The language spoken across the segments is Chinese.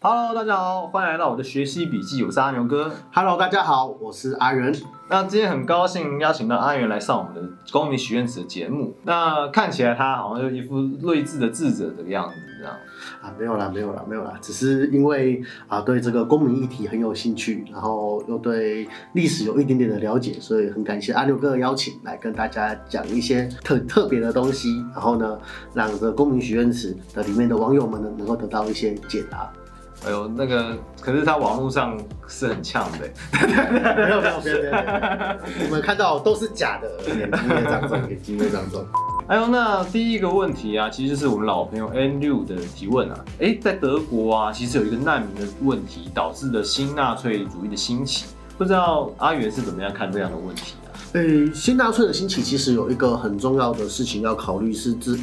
Hello， 大家好，欢迎来到我的学习笔记，我是阿牛哥。 Hello， 大家好，我是阿元。 那今天很高兴邀请到阿元来上我们的公民许愿池的节目。那看起来他好像就一副睿智的智者的样子，这样。 没有啦，只是因为对这个公民议题很有兴趣，然后又对历史有一点点的了解，所以很感谢阿牛哥的邀请，来跟大家讲一些特别的东西，然后呢，让这个公民许愿池的里面的网友们呢能够得到一些解答。 哎呦，那个，可是他网络上是很呛的。 没有，我们看到都是假的，眼睛会长肿。 哎呦，那第一个问题啊，其实是我们老朋友 N6 的提问啊。在德国啊，其实有一个难民的问题，导致了新纳粹主义的兴起。不知道阿元是怎么样看这样的问题啊？ 新纳粹的兴起其实有一个很重要的事情要考虑，是自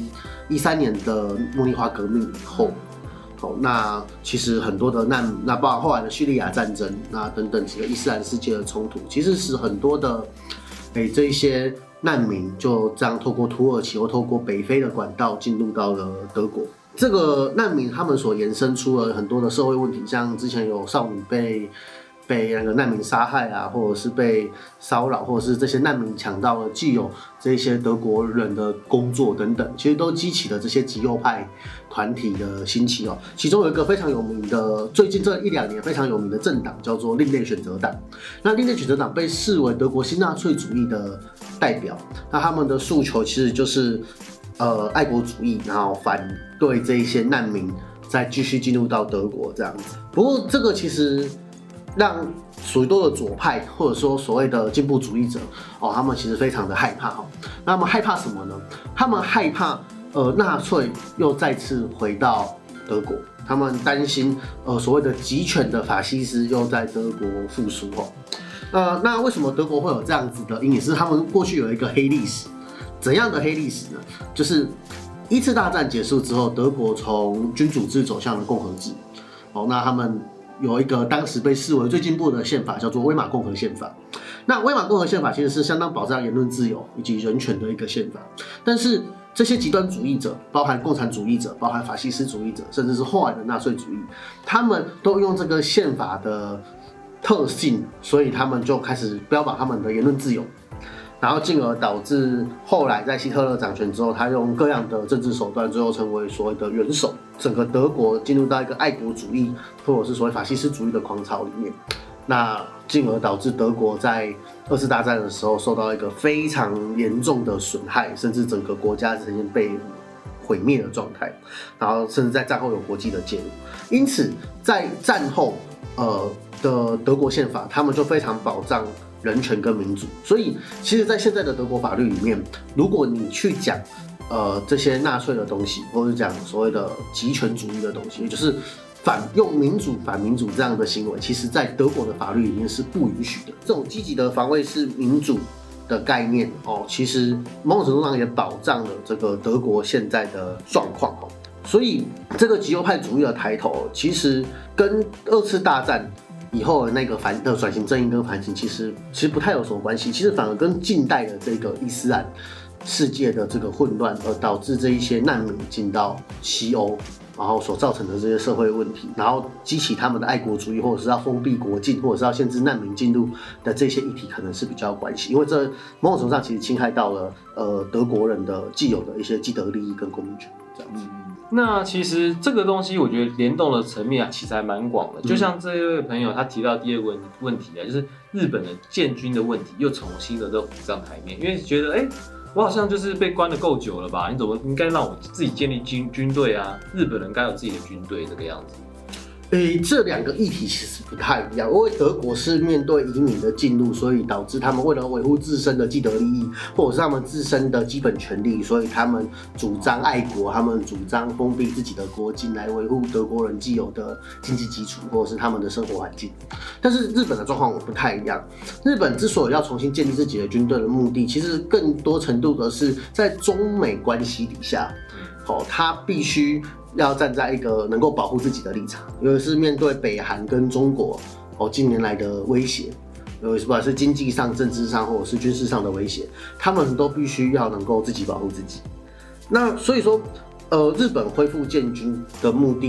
2013年的茉莉花革命以后。那其实很多的那包括后来的叙利亚战争，那等等几个伊斯兰世界的冲突，其实使很多的这一些难民就这样透过土耳其或透过北非的管道进入到了德国。这个难民他们所延伸出了很多的社会问题，像之前有少女被那个难民杀害啊，或者是被骚扰，或者是这些难民抢到了既有这些德国人的工作等等，其实都激起了这些极右派团体的兴起哦。其中有一个非常有名的，最近这1-2年非常有名的政党叫做另类选择党。那另类选择党被视为德国新纳粹主义的代表，那他们的诉求其实就是爱国主义，然后反对这一些难民再继续进入到德国这样子。不过这个其实让许多的左派或者说所谓的进步主义者他们其实非常的害怕那他们害怕什么呢？他们害怕纳粹又再次回到德国，他们担心所谓的极权的法西斯又在德国复苏那为什么德国会有这样子的阴影？是他们过去有一个黑历史。怎样的黑历史呢？就是1次大战结束之后，德国从君主制走向了共和制那他们有一个当时被视为最进步的宪法，叫做威玛共和宪法。那威玛共和宪法其实是相当保障言论自由以及人权的一个宪法，但是这些极端主义者，包含共产主义者，包含法西斯主义者，甚至是后来的纳粹主义，他们都用这个宪法的特性，所以他们就开始标榜他们的言论自由，然后进而导致后来在希特勒掌权之后，他用各样的政治手段，最后成为所谓的元首，整个德国进入到一个爱国主义或者是所谓法西斯主义的狂潮里面。那进而导致德国在2次大战的时候受到一个非常严重的损害，甚至整个国家呈现被毁灭的状态，然后甚至在战后有国际的介入。因此，在战后的德国宪法，他们就非常保障人权跟民主。所以，其实，在现在的德国法律里面，如果你去讲这些纳粹的东西，或者讲所谓的极权主义的东西，也就是用民主反民主这样的行为，其实在德国的法律里面是不允许的。这种积极的防卫式民主的概念其实某种程度上也保障了这个德国现在的状况所以这个极右派主义的抬头，其实跟2次大战以后的那个转型正义跟反省其实不太有什么关系，其实反而跟近代的这个伊斯兰世界的这个混乱，而导致这一些难民进到西欧，然后所造成的这些社会问题，然后激起他们的爱国主义，或者是要封闭国境，或者是要限制难民进入的这些议题，可能是比较有关系，因为这某种程度上其实侵害到了德国人的既有的一些既得利益跟公民权这样子。 那其实这个东西，我觉得联动的层面其实还蛮广的。就像这位朋友他提到第二个问题就是日本的建军的问题，又重新的浮上台面，因为觉得我好像就是被关得够久了吧？你怎么应该让我自己建立军队啊？日本人该有自己的军队这个样子。 这两个议题其实不太一样，因为德国是面对移民的进入，所以导致他们为了维护自身的既得利益，或者是他们自身的基本权利，所以他们主张爱国，他们主张封闭自己的国境来维护德国人既有的经济基础，或者是他们的生活环境。但是日本的状况不太一样，日本之所以要重新建立自己的军队的目的，其实更多程度的是在中美关系底下，他必须要站在一个能够保护自己的立场，尤其是面对北韩跟中国近年来的威胁，不管是经济上、政治上或者是军事上的威胁，他们都必须要能够自己保护自己。那所以说，日本恢复建军的目的，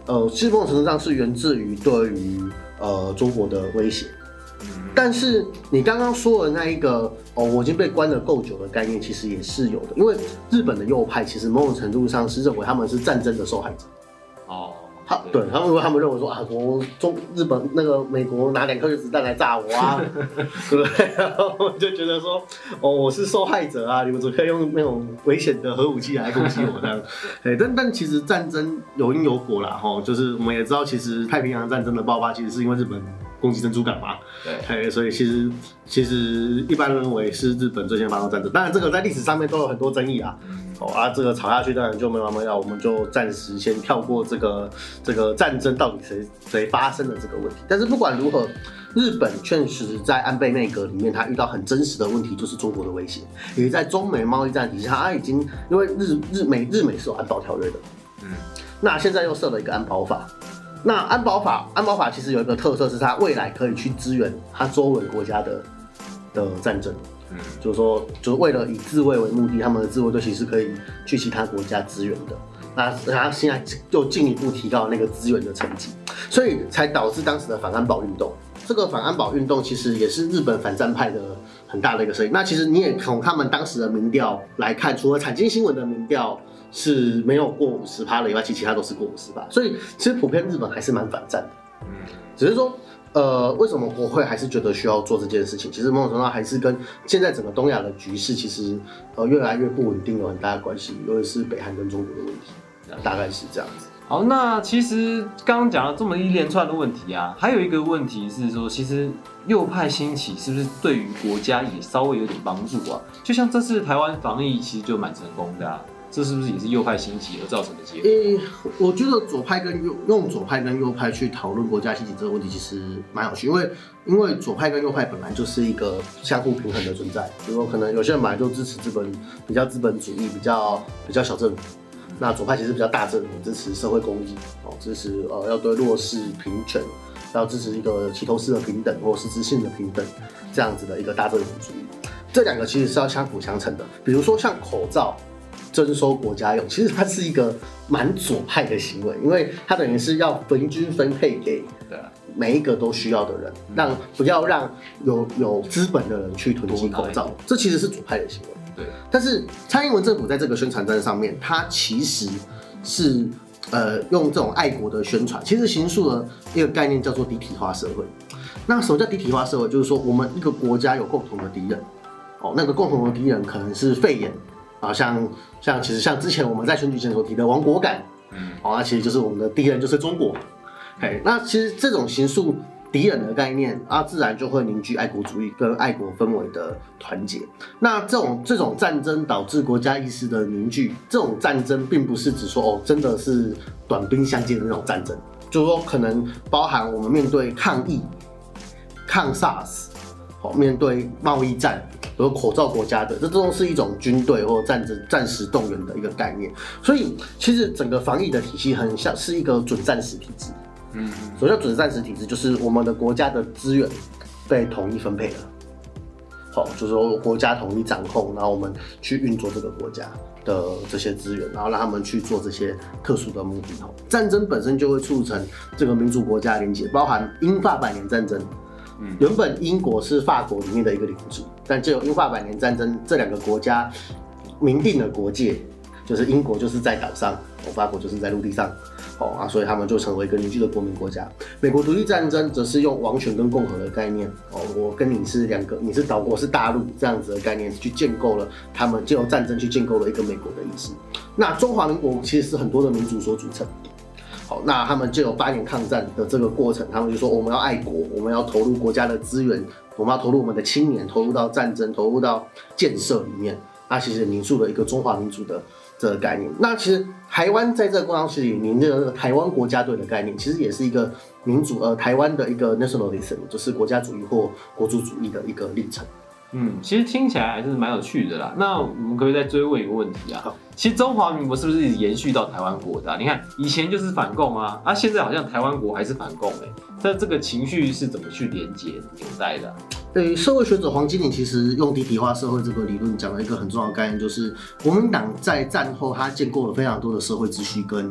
其实某种程度上是源自于对于中国的威胁。但是你刚刚说的那一个我已经被关了够久的概念，其实也是有的，因为日本的右派其实某种程度上是认为他们是战争的受害者。对他们认为说日本那个美国拿2颗原子弹来炸我啊，对不对？然后我就觉得说，我是受害者啊，你们怎么可以用那种危险的核武器来攻击我这样？但其实战争有因有果啦，就是我们也知道，其实太平洋战争的爆发其实是因为日本攻击珍珠港嘛，对，所以其实一般认为是日本最先发动战争，当然这个在历史上面都有很多争议啊。这个吵下去当然就没完没了，我们就暂时先跳过这个战争到底谁发生的这个问题。但是不管如何，日本确实在安倍内阁里面，他遇到很真实的问题，就是中国的威胁。也在中美贸易战底下，他已经因为日美是有安保条约的，那现在又设了一个安保法。那安保法其实有一个特色，是它未来可以去支援它周围国家的战争。就是说，就是为了以自卫为目的，他们的自卫队其实是可以去其他国家支援的。那他现在就进一步提高那个资源的层级，所以才导致当时的反安保运动。这个反安保运动其实也是日本反战派的很大的一个声音。那其实你也从他们当时的民调来看，除了产经新闻的民调是没有过50%的以外，其他都是过50%。所以其实普遍日本还是蛮反战的。只是说。为什么国会还是觉得需要做这件事情？其实某种程度上还是跟现在整个东亚的局势其实越来越不稳定有很大的关系，尤其是北韩跟中国的问题，大概是这样子。 好，那其实刚刚讲了这么一连串的问题啊，还有一个问题是说，其实右派兴起是不是对于国家也稍微有点帮助啊？就像这次台湾防疫其实就蛮成功的啊。这是不是也是右派兴起而造成的结果？ 我觉得左派跟右派去讨论国家兴起这个问题，其实蛮有趣，因为左派跟右派本来就是一个相互平衡的存在。比如说，可能有些人本来就支持比较资本主义，比较小政府。那左派其实比较大政府，支持社会公益，支持要对弱势平权，要支持一个齐头式的平等或实质性的平等这样子的一个大政府主义。这两个其实是要相辅相成的。比如说像口罩征收国家用，其实它是一个蛮左派的行为，因为它等于是要平均分配给每一个都需要的人，不要让有资本的人去囤积口罩，这其实是左派的行为。 对， 但是蔡英文政府在这个宣传战上面，它其实是用这种爱国的宣传，其实形塑了一个概念叫做敌体化社会。那什么叫敌体化社会？就是说我们一个国家有共同的敌人，那个共同的敌人可能是肺炎。其实像之前我们在选举前所提的亡国感，那其实就是我们的敌人就是中国。那其实这种形塑敌人的概念自然就会凝聚爱国主义跟爱国氛围的团结。那这种战争导致国家意识的凝聚，这种战争并不是指说真的是短兵相接的那种战争，就是说可能包含我们面对抗疫、抗 SARS，面对贸易战。比如口罩国家的，这都是一种军队或战时动员的一个概念，所以其实整个防疫的体系很像是一个准战时体制。所谓叫准战时体制，就是我们的国家的资源被统一分配了，就是说国家统一掌控，然后我们去运作这个国家的这些资源，然后让他们去做这些特殊的目的。战争本身就会促成这个民主国家连结，包含英法百年战争。原本英国是法国里面的一个领主，但借由英法百年战争，这两个国家明定了国界，就是英国就是在岛上，法国就是在陆地上，所以他们就成为一个凝聚的国民国家。美国独立战争则是用王权跟共和的概念，我跟你是两个，你是岛国，我是大陆这样子的概念，去建构了他们借由战争去建构了一个美国的意识。那中华民国其实是很多的民族所组成。那他们就有8年抗战的这个过程，他们就说我们要爱国，我们要投入国家的资源，我们要投入我们的青年，投入到战争，投入到建设里面。那其实凝塑了一个中华民族的这个概念。那其实台湾在这个过程中，你那个台湾国家队的概念，其实也是一个民主台湾的一个 nationalism， 就是国家主义或国族主义的一个历程。 其实听起来还是蛮有趣的啦。那我们可不可以再追问一个问题啊？其实中华民国是不是一直延续到台湾国的你看以前就是反共啊，现在好像台湾国还是反共但这个情绪是怎么去连接纽带的社会学者黄金岭其实用敌体化社会这个理论讲了一个很重要的概念，就是国民党在战后他建构了非常多的社会秩序跟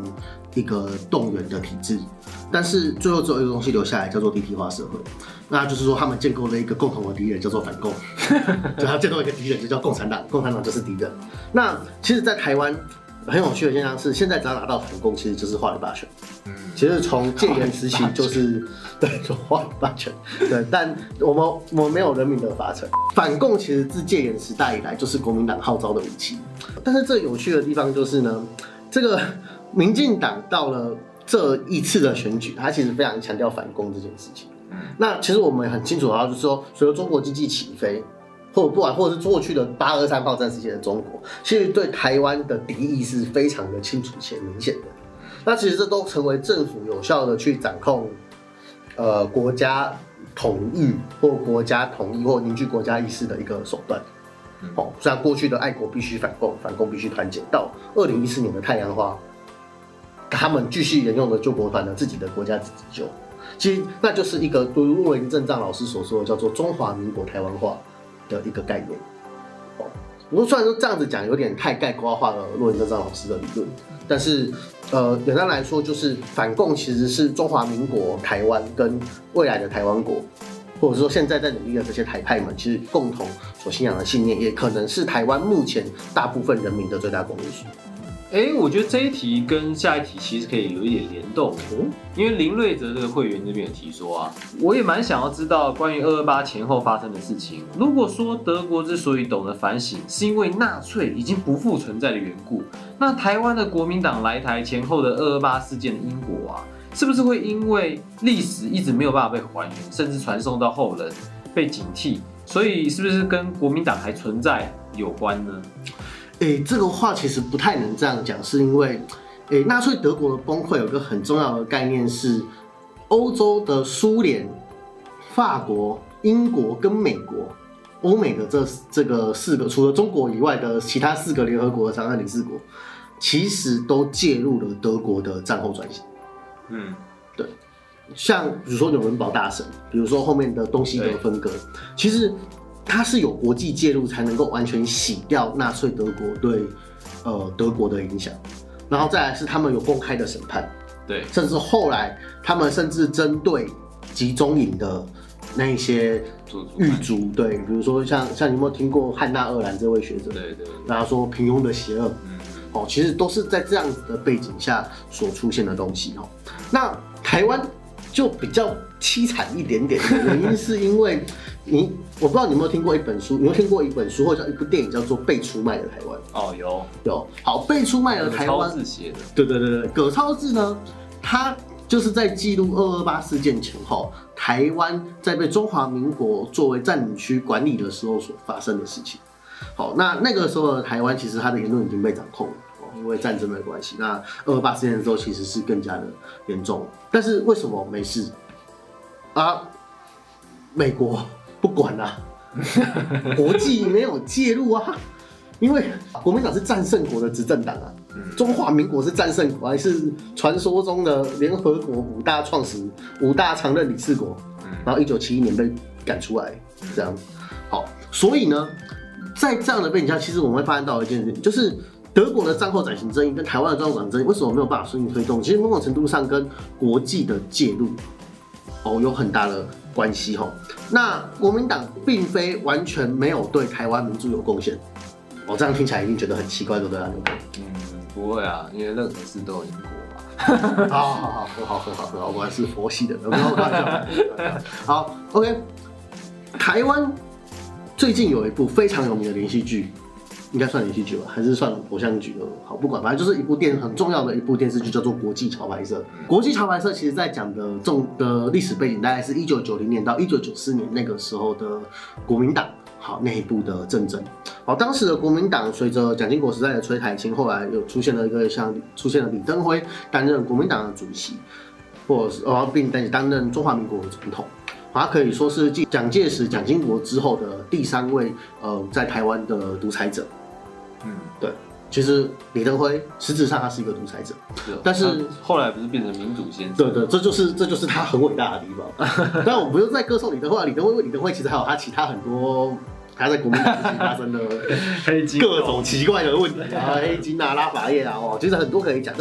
一个动员的体制，但是最后只有一个东西留下来，叫做集体化社会。那就是说，他们建构了一个共同的敌人，叫做反共。就他建构一个敌人，就叫共产党，共产党就是敌人。那其实，在台湾很有趣的现象是，现在只要拿到反共，其实就是话语霸权。其实从戒严时期就是对，就话语霸权。对，但我们没有人民的法权。反共其实自戒严时代以来就是国民党号召的武器。但是最有趣的地方就是呢，这个民进党到了这一次的选举，他其实非常强调反共这件事情。那其实我们很清楚的就是说，随着中国经济起飞，或者是过去的823炮战时期的中国，其实对台湾的敌意是非常的清楚且明显的。那其实这都成为政府有效的去掌控国家统一或凝聚国家意识的一个手段。虽然过去的爱国必须反共，反共必须团结，到2014年的太阳花，他们继续沿用了救国团的自己的国家自己救。其实那就是一个如陆林正藏老师所说的叫做中华民国台湾化的一个概念。不过虽然说这样子讲有点太概括化了陆林正藏老师的理论，但是简单来说就是反共其实是中华民国台湾跟未来的台湾国，或者说现在在努力的这些台派们，其实共同所信仰的信念，也可能是台湾目前大部分人民的最大公约数。 我觉得这一题跟下一题其实可以有一点联动，因为林瑞哲这个会员这边有提说啊，我也蛮想要知道关于228前后发生的事情。如果说德国之所以懂得反省，是因为纳粹已经不复存在的缘故，那台湾的国民党来台前后的228事件的因果啊，是不是会因为历史一直没有办法被还原，甚至传送到后人被警惕，所以是不是跟国民党还存在有关呢？ 这个话其实不太能这样讲，是因为，纳粹德国的崩溃有一个很重要的概念是，欧洲的苏联、法国、英国跟美国，欧美的这个4个，除了中国以外的其他4个联合国的常任理事国，其实都介入了德国的战后转型。对，像比如说纽伦堡大审，比如说后面的东西德分割，其实它是有国际介入才能够完全洗掉纳粹德国对德国的影响，然后再来是他们有公开的审判， 对， 甚至后来他们甚至针对集中营的那一些狱卒，对，比如说像你有没有听过汉娜·鄂兰这位学者？对，然后说平庸的邪恶，其实都是在这样子的背景下所出现的东西。那台湾就比较凄惨一点点的原因是因为我不知道你有没有听过一本书，你有听过一本书或者一部电影叫做《被出卖的台湾》？有。好，被出卖的台湾， 葛超志写的。 对，葛超志呢，他就是在记录228事件前后，台湾在被中华民国作为占领区管理的时候所发生的事情。好，那个时候的台湾其实它的言论已经被掌控了。因为战争的关系，那228事件之后其实是更加的严重。但是为什么没事啊？美国不管啊，国际没有介入啊，因为国民党是战胜国的执政党啊，中华民国是战胜国，还是传说中的联合国5大创始、5大常任理事国，然后1971年被赶出来，这样。好，所以呢，在这样的背景下，其实我们会发现到一件事情，就是德国的战后转型争议跟台湾的战后转型争议为什么没有办法顺利推动？其实某种程度上跟国际的介入有很大的关系。那国民党并非完全没有对台湾民主有贡献。这样听起来一定觉得很奇怪，对不对？ 不会啊，因为任何事都有因果嘛。 好，我还是佛系的，不要开玩笑。好 ，OK， 台湾最近有一部非常有名的连续剧。应该算连续剧吧，还是算偶像剧的？好，不管，反正就是一部很重要的一部电视剧，叫做《国际桥牌社》。国际桥牌社其实在讲的历史背景，大概是1990年到1994年那个时候的国民党内部的政争。当时的国民党随着蒋经国时代的吹台青，后来有出现了李登辉担任国民党的主席，或者是并担任中华民国的总统。他可以说是继蒋介石、蒋经国之后的第3位在台湾的独裁者。对，其实李登辉实质上他是一个独裁者，但是后来不是变成民主先生？ 对，这就是他很伟大的地方。但我们不用再歌颂李登辉，李登辉其实还有他其他很多他在国民党时期发生的各种奇怪的问题啊，黑金啊、拉法叶啊，其实很多可以讲。但是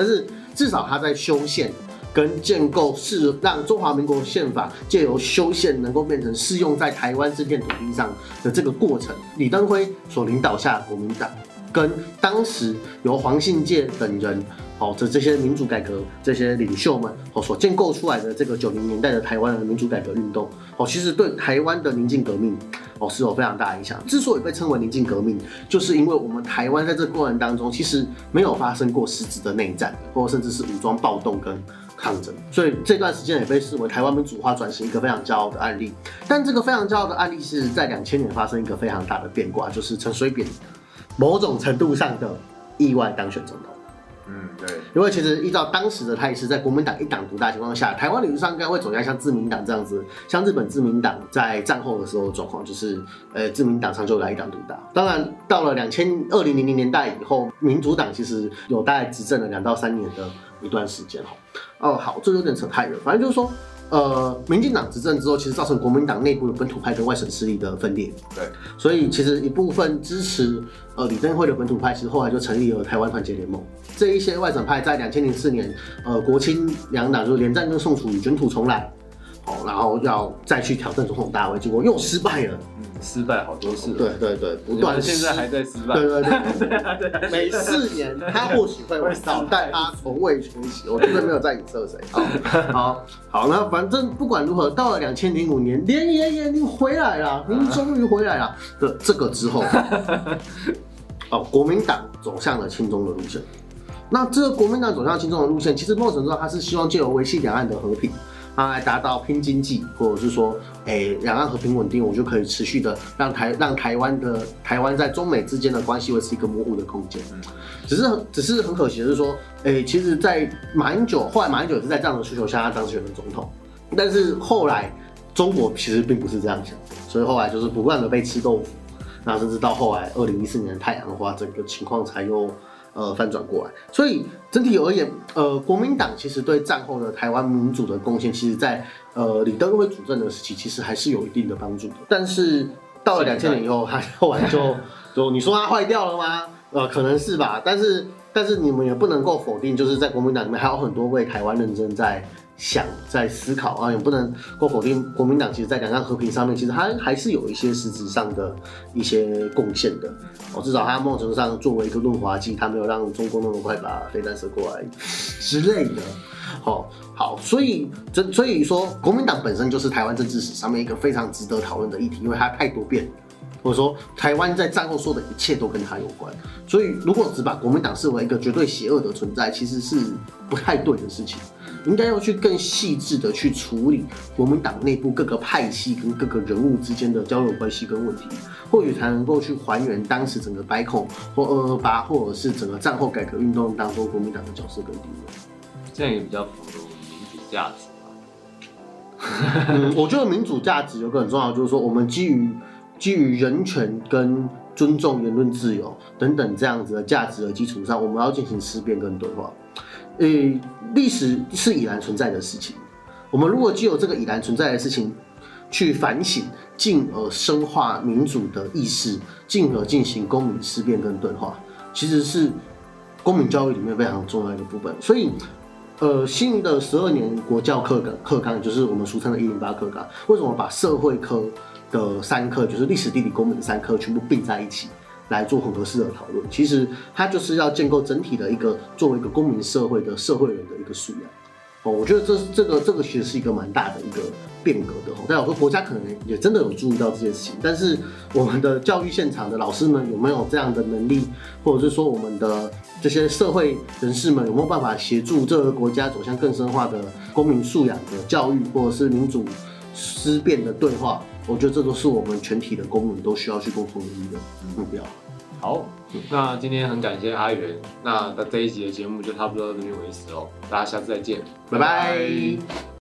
至少他在修宪跟建构让中华民国宪法借由修宪能够变成适用在台湾这片土地上的这个过程，李登辉所领导下的国民党，跟当时由黄信介等人这些民主改革这些领袖们所建构出来的这个90年代的台湾的民主改革运动其实对台湾的宁静革命是有非常大的影响。之所以被称为宁静革命，就是因为我们台湾在这个过程当中其实没有发生过实质的内战，或甚至是武装暴动跟抗争，所以这段时间也被视为台湾民主化转型一个非常骄傲的案例。但这个非常骄傲的案例是在2000年发生一个非常大的变卦，就是陈水扁某种程度上的意外当选总统。 对， 因为其实依照当时的态势，在国民党一党独大的情况下，台湾理论上应该会走向像自民党这样子，像日本自民党在战后的时候的状况，就是自民党长久以来一党独大。当然，到了2000年代以后，民主党其实有大概执政了2到3年的一段时间好，这有点扯太远，反正就是说。民进党执政之后，其实造成国民党内部的本土派跟外省势力的分裂。 对， 所以其实一部分支持李登辉的本土派，其实后来就成立了台湾团结联盟。这一些外省派在2004年，国亲两党就是连战跟宋楚瑜卷土重来，然后要再去挑战总统大位，结果又失败了。 失败好多次了。 对，不断。 现在还在失败。 对，每4年他或许会晚到，但他从未缺席。我绝对没有在影射谁。好，那反正不管如何，到了2005年，连爷爷您回来了，您终于回来了的这个之后，国民党走向了亲中的路线。那这个国民党走向亲中的路线，其实某种程度上他是希望借由维系两岸的和平。来达到拼经济，或者是说，两岸和平稳定，我就可以持续的让台湾在中美之间的关系维持一个模糊的空间。只是很可惜的是说，其实，在后来马英九也是在这样的需求下，他当选了总统。但是后来中国其实并不是这样想，所以后来就是不断的被吃豆腐，那甚至到后来2014年的太阳花，整个情况才又翻转过来。所以整体而言，国民党其实对战后的台湾民主的贡献，其实在李登辉主政的时期，其实还是有一定的帮助的。但是到了2000年以后，他后来就你说他坏掉了吗？可能是吧。但是你们也不能够否定，就是在国民党里面还有很多为台湾认真在思考啊，也不能够否定国民党其实在两岸和平上面，其实它还是有一些实质上的一些贡献的。至少它某种程度上作为一个润滑剂，它没有让中共那么快把飞弹射过来之类的。好，所以说国民党本身就是台湾政治史上面一个非常值得讨论的议题，因为它太多变。或者说，台湾在战后说的一切都跟它有关，所以如果只把国民党视为一个绝对邪恶的存在，其实是不太对的事情。应该要去更细致的去处理国民党内部各个派系跟各个人物之间的交友关系跟问题，或许才能够去还原当时整个白孔或228，或者是整个战后改革运动当中国民党的角色跟地位。 这样也比较符合民主价值吧。我觉得民主价值有个很重要，就是说我们基于人权跟尊重言论自由等等这样子的价值的基础上，我们要进行思辨跟对话。历史是已然存在的事情，我们如果藉由这个已然存在的事情去反省，进而深化民主的意识，进而进行公民思辨跟对话，其实是公民教育里面非常重要的一个部分。所以新的12年国教课纲，就是我们俗称的108课纲，为什么把社会科的3课，就是历史、地理、公民3课全部并在一起来做混合式的讨论？其实它就是要建构整体的一个作为一个公民社会的社会人的一个素养。我觉得这个其实是一个蛮大的一个变革的。但我说国家可能也真的有注意到这件事情，但是我们的教育现场的老师们有没有这样的能力，或者是说我们的这些社会人士们有没有办法协助这个国家走向更深化的公民素养的教育，或者是民主思辨的对话？我觉得这都是我们全体的公民都需要去共同努力的目标。 好，那今天很感谢阿元，那这一集的节目就差不多到这边为止哦，大家下次再见， 拜拜。